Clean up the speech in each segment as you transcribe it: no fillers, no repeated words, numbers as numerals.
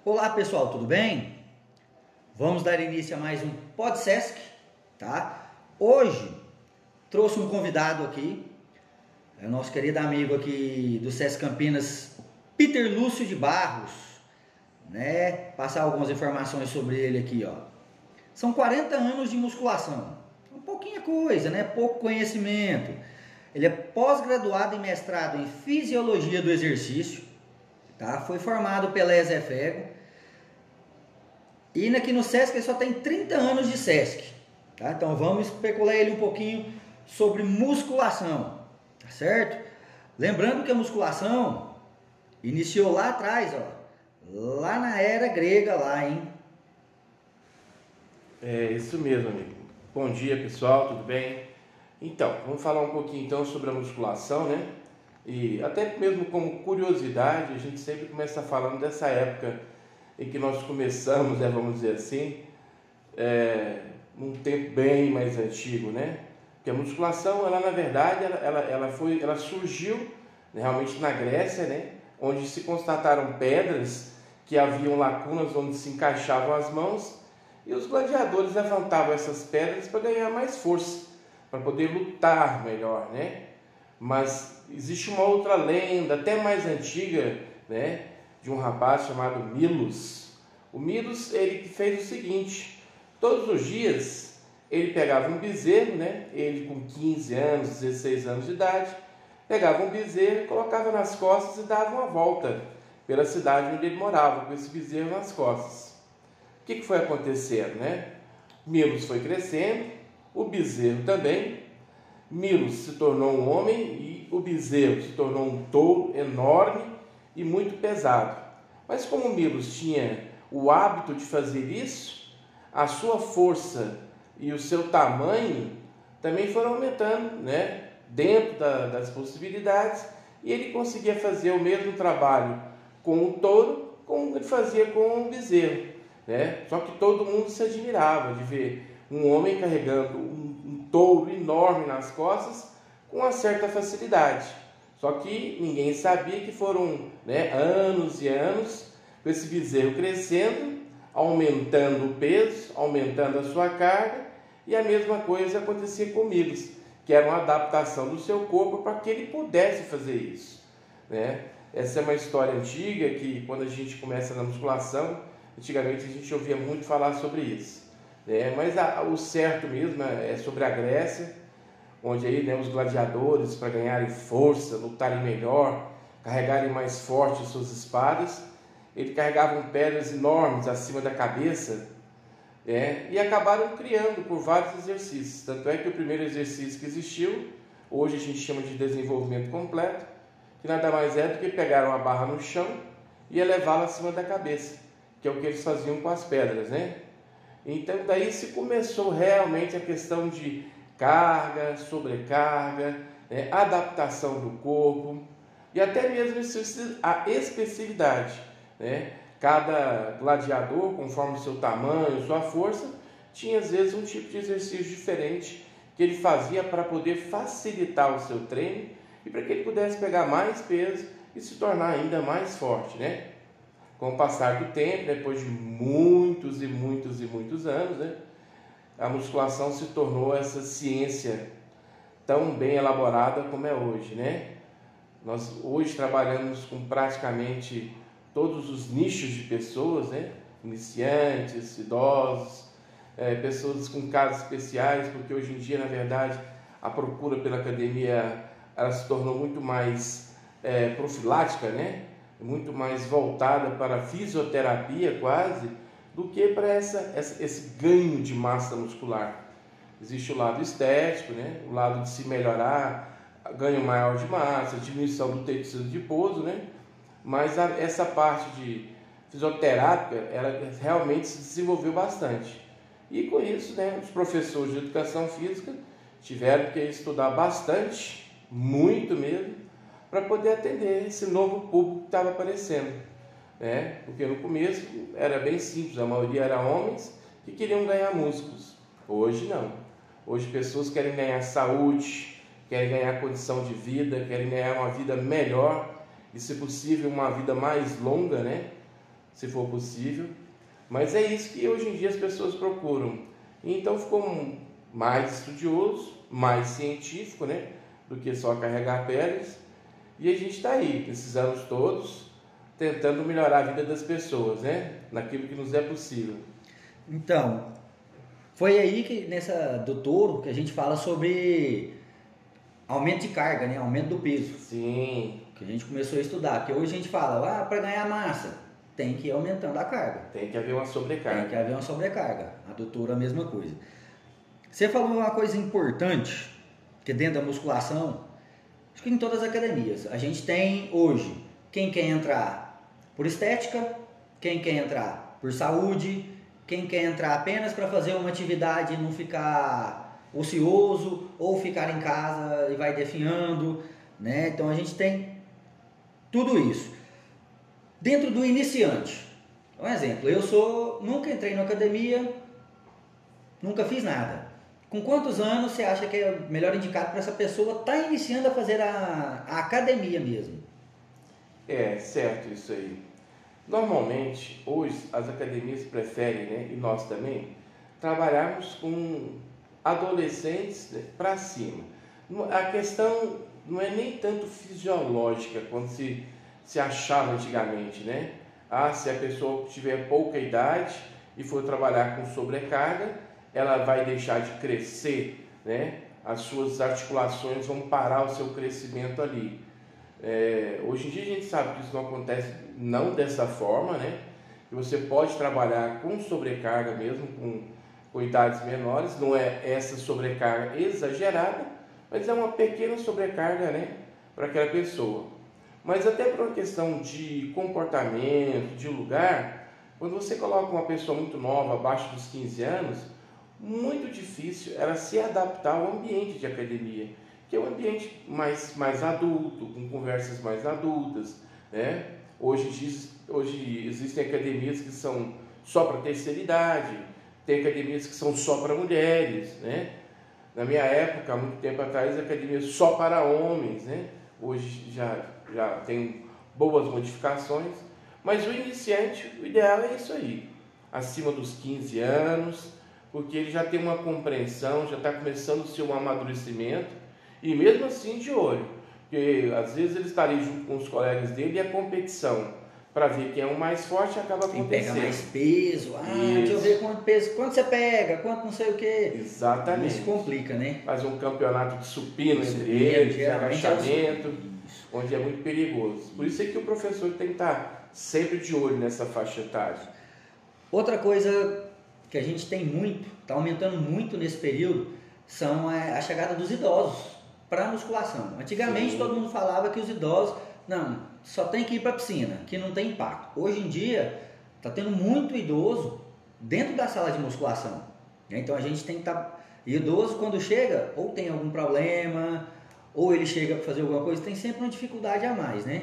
Olá pessoal, tudo bem? Vamos dar início a mais um PodSesc, tá? Hoje trouxe um convidado aqui, é o nosso querido amigo aqui do Sesc Campinas, Peter Lúcio de Barros, né? Passar algumas informações sobre ele aqui, ó. São 40 anos de musculação, um pouquinha coisa, né? Pouco conhecimento. Ele é pós-graduado e mestrado em Fisiologia do Exercício, tá? Foi formado pela ESEFEGO. E aqui no Sesc ele só tem 30 anos de Sesc, tá? Então vamos especular ele um pouquinho sobre musculação, tá certo? Lembrando que a musculação iniciou lá atrás, ó, lá na era grega lá, hein? É isso mesmo, amigo. Bom dia, pessoal, tudo bem? Então, vamos falar um pouquinho então sobre a musculação, né? E até mesmo como curiosidade, a gente sempre começa falando dessa época em que nós começamos, né, vamos dizer assim, num tempo bem mais antigo, né? Porque a musculação, ela na verdade, ela surgiu, né, realmente na Grécia, né? Onde se constataram pedras que haviam lacunas onde se encaixavam as mãos e os gladiadores levantavam essas pedras para ganhar mais força, para poder lutar melhor, né? Mas existe uma outra lenda, até mais antiga, né? De um rapaz chamado Milos. O Milos, ele fez o seguinte: todos os dias ele pegava um bezerro, né? Ele com 15 anos, 16 anos de idade, pegava um bezerro, colocava nas costas e dava uma volta pela cidade onde ele morava, com esse bezerro nas costas. O que foi acontecendo, né? Milos foi crescendo, o bezerro também. Milos se tornou um homem e o bezerro se tornou um touro enorme e muito pesado. Mas como Milos tinha o hábito de fazer isso, a sua força e o seu tamanho também foram aumentando, né? Dentro das possibilidades, e ele conseguia fazer o mesmo trabalho com o touro como ele fazia com o bezerro, né? Só que todo mundo se admirava de ver um homem carregando um touro enorme nas costas com uma certa facilidade. Só que ninguém sabia que foram, né, anos e anos com esse bezerro crescendo, aumentando o peso, aumentando a sua carga, e a mesma coisa acontecia com Milos, que era uma adaptação do seu corpo para que ele pudesse fazer isso, né? Essa é uma história antiga que, quando a gente começa na musculação, antigamente a gente ouvia muito falar sobre isso, né? Mas o certo mesmo é sobre a Grécia, onde aí, né, os gladiadores, para ganharem força, lutarem melhor, carregarem mais forte as suas espadas, eles carregavam pedras enormes acima da cabeça, e acabaram criando por vários exercícios. Tanto é que o primeiro exercício que existiu, hoje a gente chama de desenvolvimento completo, que nada mais é do que pegar uma barra no chão e elevá-la acima da cabeça, que é o que eles faziam com as pedras, né? Então daí se começou realmente a questão de carga, sobrecarga, adaptação do corpo e até mesmo a especificidade, né? Cada gladiador, conforme o seu tamanho, sua força, tinha às vezes um tipo de exercício diferente que ele fazia para poder facilitar o seu treino e para que ele pudesse pegar mais peso e se tornar ainda mais forte, né? Com o passar do tempo, depois de muitos e muitos e muitos anos, né, a musculação se tornou essa ciência tão bem elaborada como é hoje, né? Nós hoje trabalhamos com praticamente todos os nichos de pessoas, né? Iniciantes, idosos, pessoas com casos especiais, porque hoje em dia, na verdade, a procura pela academia ela se tornou muito mais profilática, né? Muito mais voltada para a fisioterapia quase, do que para esse ganho de massa muscular. Existe o lado estético, né? O lado de se melhorar, ganho maior de massa, diminuição do tecido adiposo, né? Mas essa parte de fisioterápica, ela realmente se desenvolveu bastante. E com isso, né, os professores de educação física tiveram que estudar bastante, muito mesmo, para poder atender esse novo público que estava aparecendo, né? Porque no começo era bem simples, a maioria era homens que queriam ganhar músculos. Hoje não. Hoje pessoas querem ganhar saúde, querem ganhar condição de vida, querem ganhar uma vida melhor e, se possível, uma vida mais longa, né? se for possível. Mas é isso que hoje em dia as pessoas procuram. Então ficou mais estudioso, mais científico, né, do que só carregar peles. E a gente está aí, esses anos todos, tentando melhorar a vida das pessoas, né, naquilo que nos é possível. Então, foi aí que nessa do touro que a gente fala sobre aumento de carga, né, aumento do peso. Sim. Que a gente começou a estudar, porque hoje a gente fala, para ganhar massa, tem que ir aumentando a carga. Tem que haver uma sobrecarga. Tem que haver uma sobrecarga. A doutora a mesma coisa. Você falou uma coisa importante, que dentro da musculação, acho que em todas as academias, a gente tem hoje, quem quer entrar por estética, quem quer entrar por saúde, quem quer entrar apenas para fazer uma atividade e não ficar ocioso, ou ficar em casa e vai definhando, né? Então a gente tem tudo isso. Dentro do iniciante, um exemplo, nunca entrei na academia, nunca fiz nada. Com quantos anos você acha que é melhor indicado para essa pessoa estar iniciando a fazer a academia mesmo? É, certo isso aí. Normalmente, hoje, as academias preferem, né, e nós também, trabalharmos com adolescentes, né, para cima. A questão não é nem tanto fisiológica, quando se achava antigamente, né? Se a pessoa tiver pouca idade e for trabalhar com sobrecarga, ela vai deixar de crescer, né? As suas articulações vão parar o seu crescimento ali. Hoje em dia a gente sabe que isso não acontece não dessa forma, né? Que você pode trabalhar com sobrecarga mesmo, com idades menores, não é essa sobrecarga exagerada, mas é uma pequena sobrecarga, né, para aquela pessoa. Mas até por uma questão de comportamento, de lugar, quando você coloca uma pessoa muito nova, abaixo dos 15 anos, muito difícil ela se adaptar ao ambiente de academia, que é um ambiente mais adulto, com conversas mais adultas, né? Hoje existem academias que são só para terceira idade, tem academias que são só para mulheres, né? Na minha época, há muito tempo atrás, academias só para homens, né? Hoje já tem boas modificações, mas o iniciante, o ideal é isso aí, acima dos 15 anos, porque ele já tem uma compreensão, já está começando o seu amadurecimento, e mesmo assim de olho, porque às vezes ele está ali junto com os colegas dele e a competição para ver quem é o mais forte acaba acontecendo. Quem pega mais peso, deixa eu ver quanto peso, quanto você pega, quanto não sei o que. Exatamente. Isso complica, né? Faz um campeonato de supino entre eles, de agachamento, onde é muito perigoso. Por isso é que o professor tem que estar sempre de olho nessa faixa etária. Outra coisa que a gente tem muito, está aumentando muito nesse período, são a chegada dos idosos para a musculação. Antigamente todo mundo falava que os idosos, só tem que ir para a piscina, que não tem impacto. Hoje em dia está tendo muito idoso dentro da sala de musculação. Então a gente tem que estar... Idoso quando chega, ou tem algum problema, ou ele chega para fazer alguma coisa, tem sempre uma dificuldade a mais, né?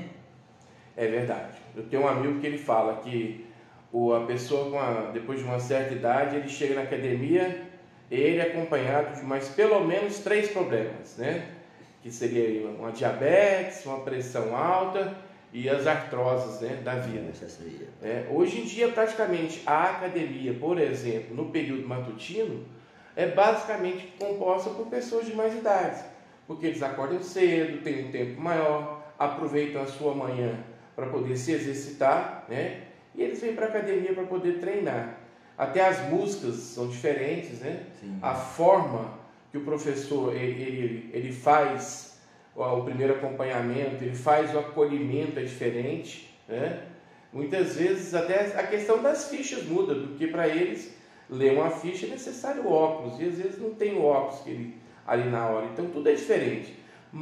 É verdade. Eu tenho um amigo que ele fala que a pessoa depois de uma certa idade, ele chega na academia, ele é acompanhado de mais pelo menos 3 problemas, né? Que seria uma diabetes, uma pressão alta e as artroses, né, da vida. Hoje em dia, praticamente, a academia, por exemplo, no período matutino, é basicamente composta por pessoas de mais idade, porque eles acordam cedo, têm um tempo maior, aproveitam a sua manhã para poder se exercitar, né? E eles vêm para a academia para poder treinar. Até as músicas são diferentes, né? Sim. A forma que o professor ele faz o primeiro acompanhamento, ele faz o acolhimento é diferente, né? Muitas vezes até a questão das fichas muda, porque para eles ler uma ficha é necessário o óculos, e às vezes não tem o óculos ali na hora, então tudo é diferente,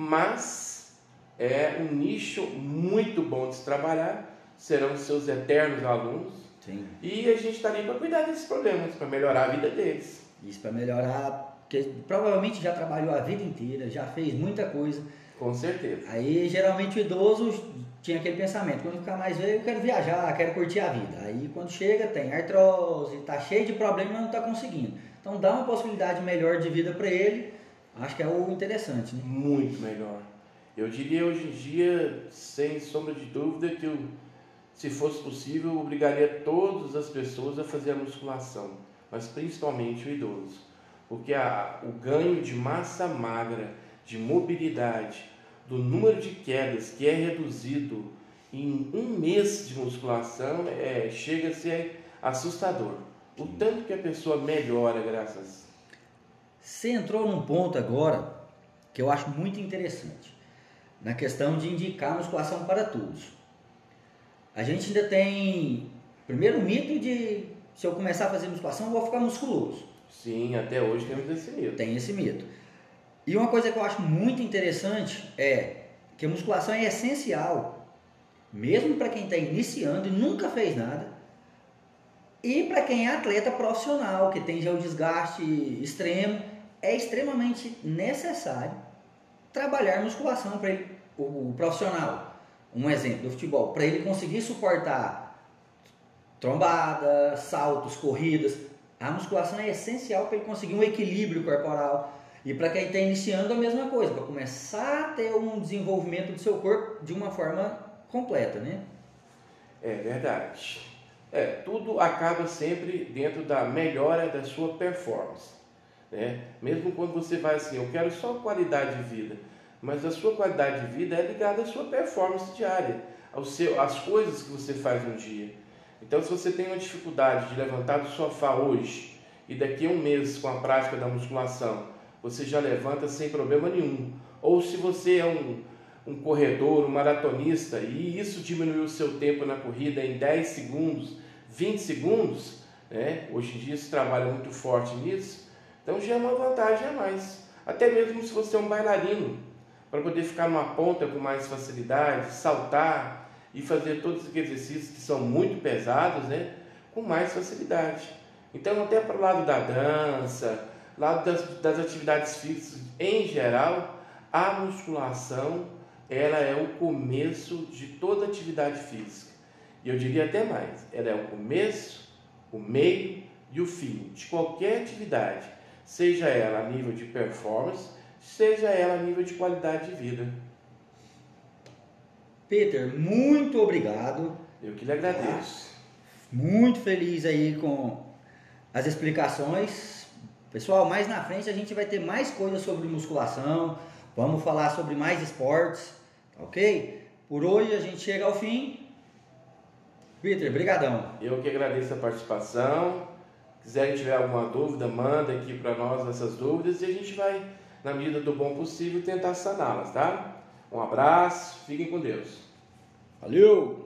mas é um nicho muito bom de se trabalhar, serão os seus eternos alunos. Sim. E a gente está ali para cuidar desses problemas, para melhorar a vida deles. Isso, para melhorar, porque provavelmente já trabalhou a vida inteira, já fez muita coisa. Com certeza. Aí geralmente o idoso tinha aquele pensamento, quando ficar mais velho eu quero viajar, quero curtir a vida. Aí quando chega tem artrose, está cheio de problemas, mas não está conseguindo. Então dá uma possibilidade melhor de vida para ele, acho que é o interessante, né? Muito melhor. Eu diria hoje em dia, sem sombra de dúvida, que se fosse possível, eu obrigaria todas as pessoas a fazer a musculação, mas principalmente o idoso, porque o ganho de massa magra, de mobilidade, do número de quedas que é reduzido em um mês de musculação chega a ser assustador. O tanto que a pessoa melhora graças. Você entrou num ponto agora que eu acho muito interessante, na questão de indicar musculação para todos. A gente ainda tem, primeiro, o mito de se eu começar a fazer musculação eu vou ficar musculoso. Sim, até hoje temos esse mito. Tem esse mito. E uma coisa que eu acho muito interessante é que a musculação é essencial, mesmo para quem está iniciando e nunca fez nada, e para quem é atleta profissional, que tem já o desgaste extremo, é extremamente necessário trabalhar musculação para ele, o profissional. Um exemplo do futebol, para ele conseguir suportar trombadas, saltos, corridas, a musculação é essencial para ele conseguir um equilíbrio corporal. E para quem está iniciando a mesma coisa, para começar a ter um desenvolvimento do seu corpo de uma forma completa, né? É verdade. Tudo acaba sempre dentro da melhora da sua performance, né? Mesmo quando você vai assim, eu quero só qualidade de vida, mas a sua qualidade de vida é ligada à sua performance diária, às coisas que você faz no dia. Então, se você tem uma dificuldade de levantar do sofá hoje e daqui a um mês com a prática da musculação, você já levanta sem problema nenhum. Ou se você é um corredor, um maratonista e isso diminuiu o seu tempo na corrida em 10 segundos, 20 segundos, né? Hoje em dia se trabalha muito forte nisso, então já é uma vantagem a mais. Até mesmo se você é um bailarino, para poder ficar numa ponta com mais facilidade, saltar e fazer todos os exercícios que são muito pesados, né? Com mais facilidade. Então até para o lado da dança, lado das atividades físicas em geral, a musculação ela é o começo de toda atividade física. E eu diria até mais, ela é o começo, o meio e o fim de qualquer atividade, seja ela a nível de performance, seja ela a nível de qualidade de vida. Peter, muito obrigado. Eu que lhe agradeço. Muito feliz aí com as explicações. Pessoal, mais na frente a gente vai ter mais coisas sobre musculação, vamos falar sobre mais esportes, ok? Por hoje a gente chega ao fim. Peter, brigadão. Eu que agradeço a participação. Se quiserem tiver alguma dúvida, manda aqui para nós essas dúvidas e a gente vai, na medida do bom possível, tentar saná-las, tá? Um abraço, fiquem com Deus. Valeu!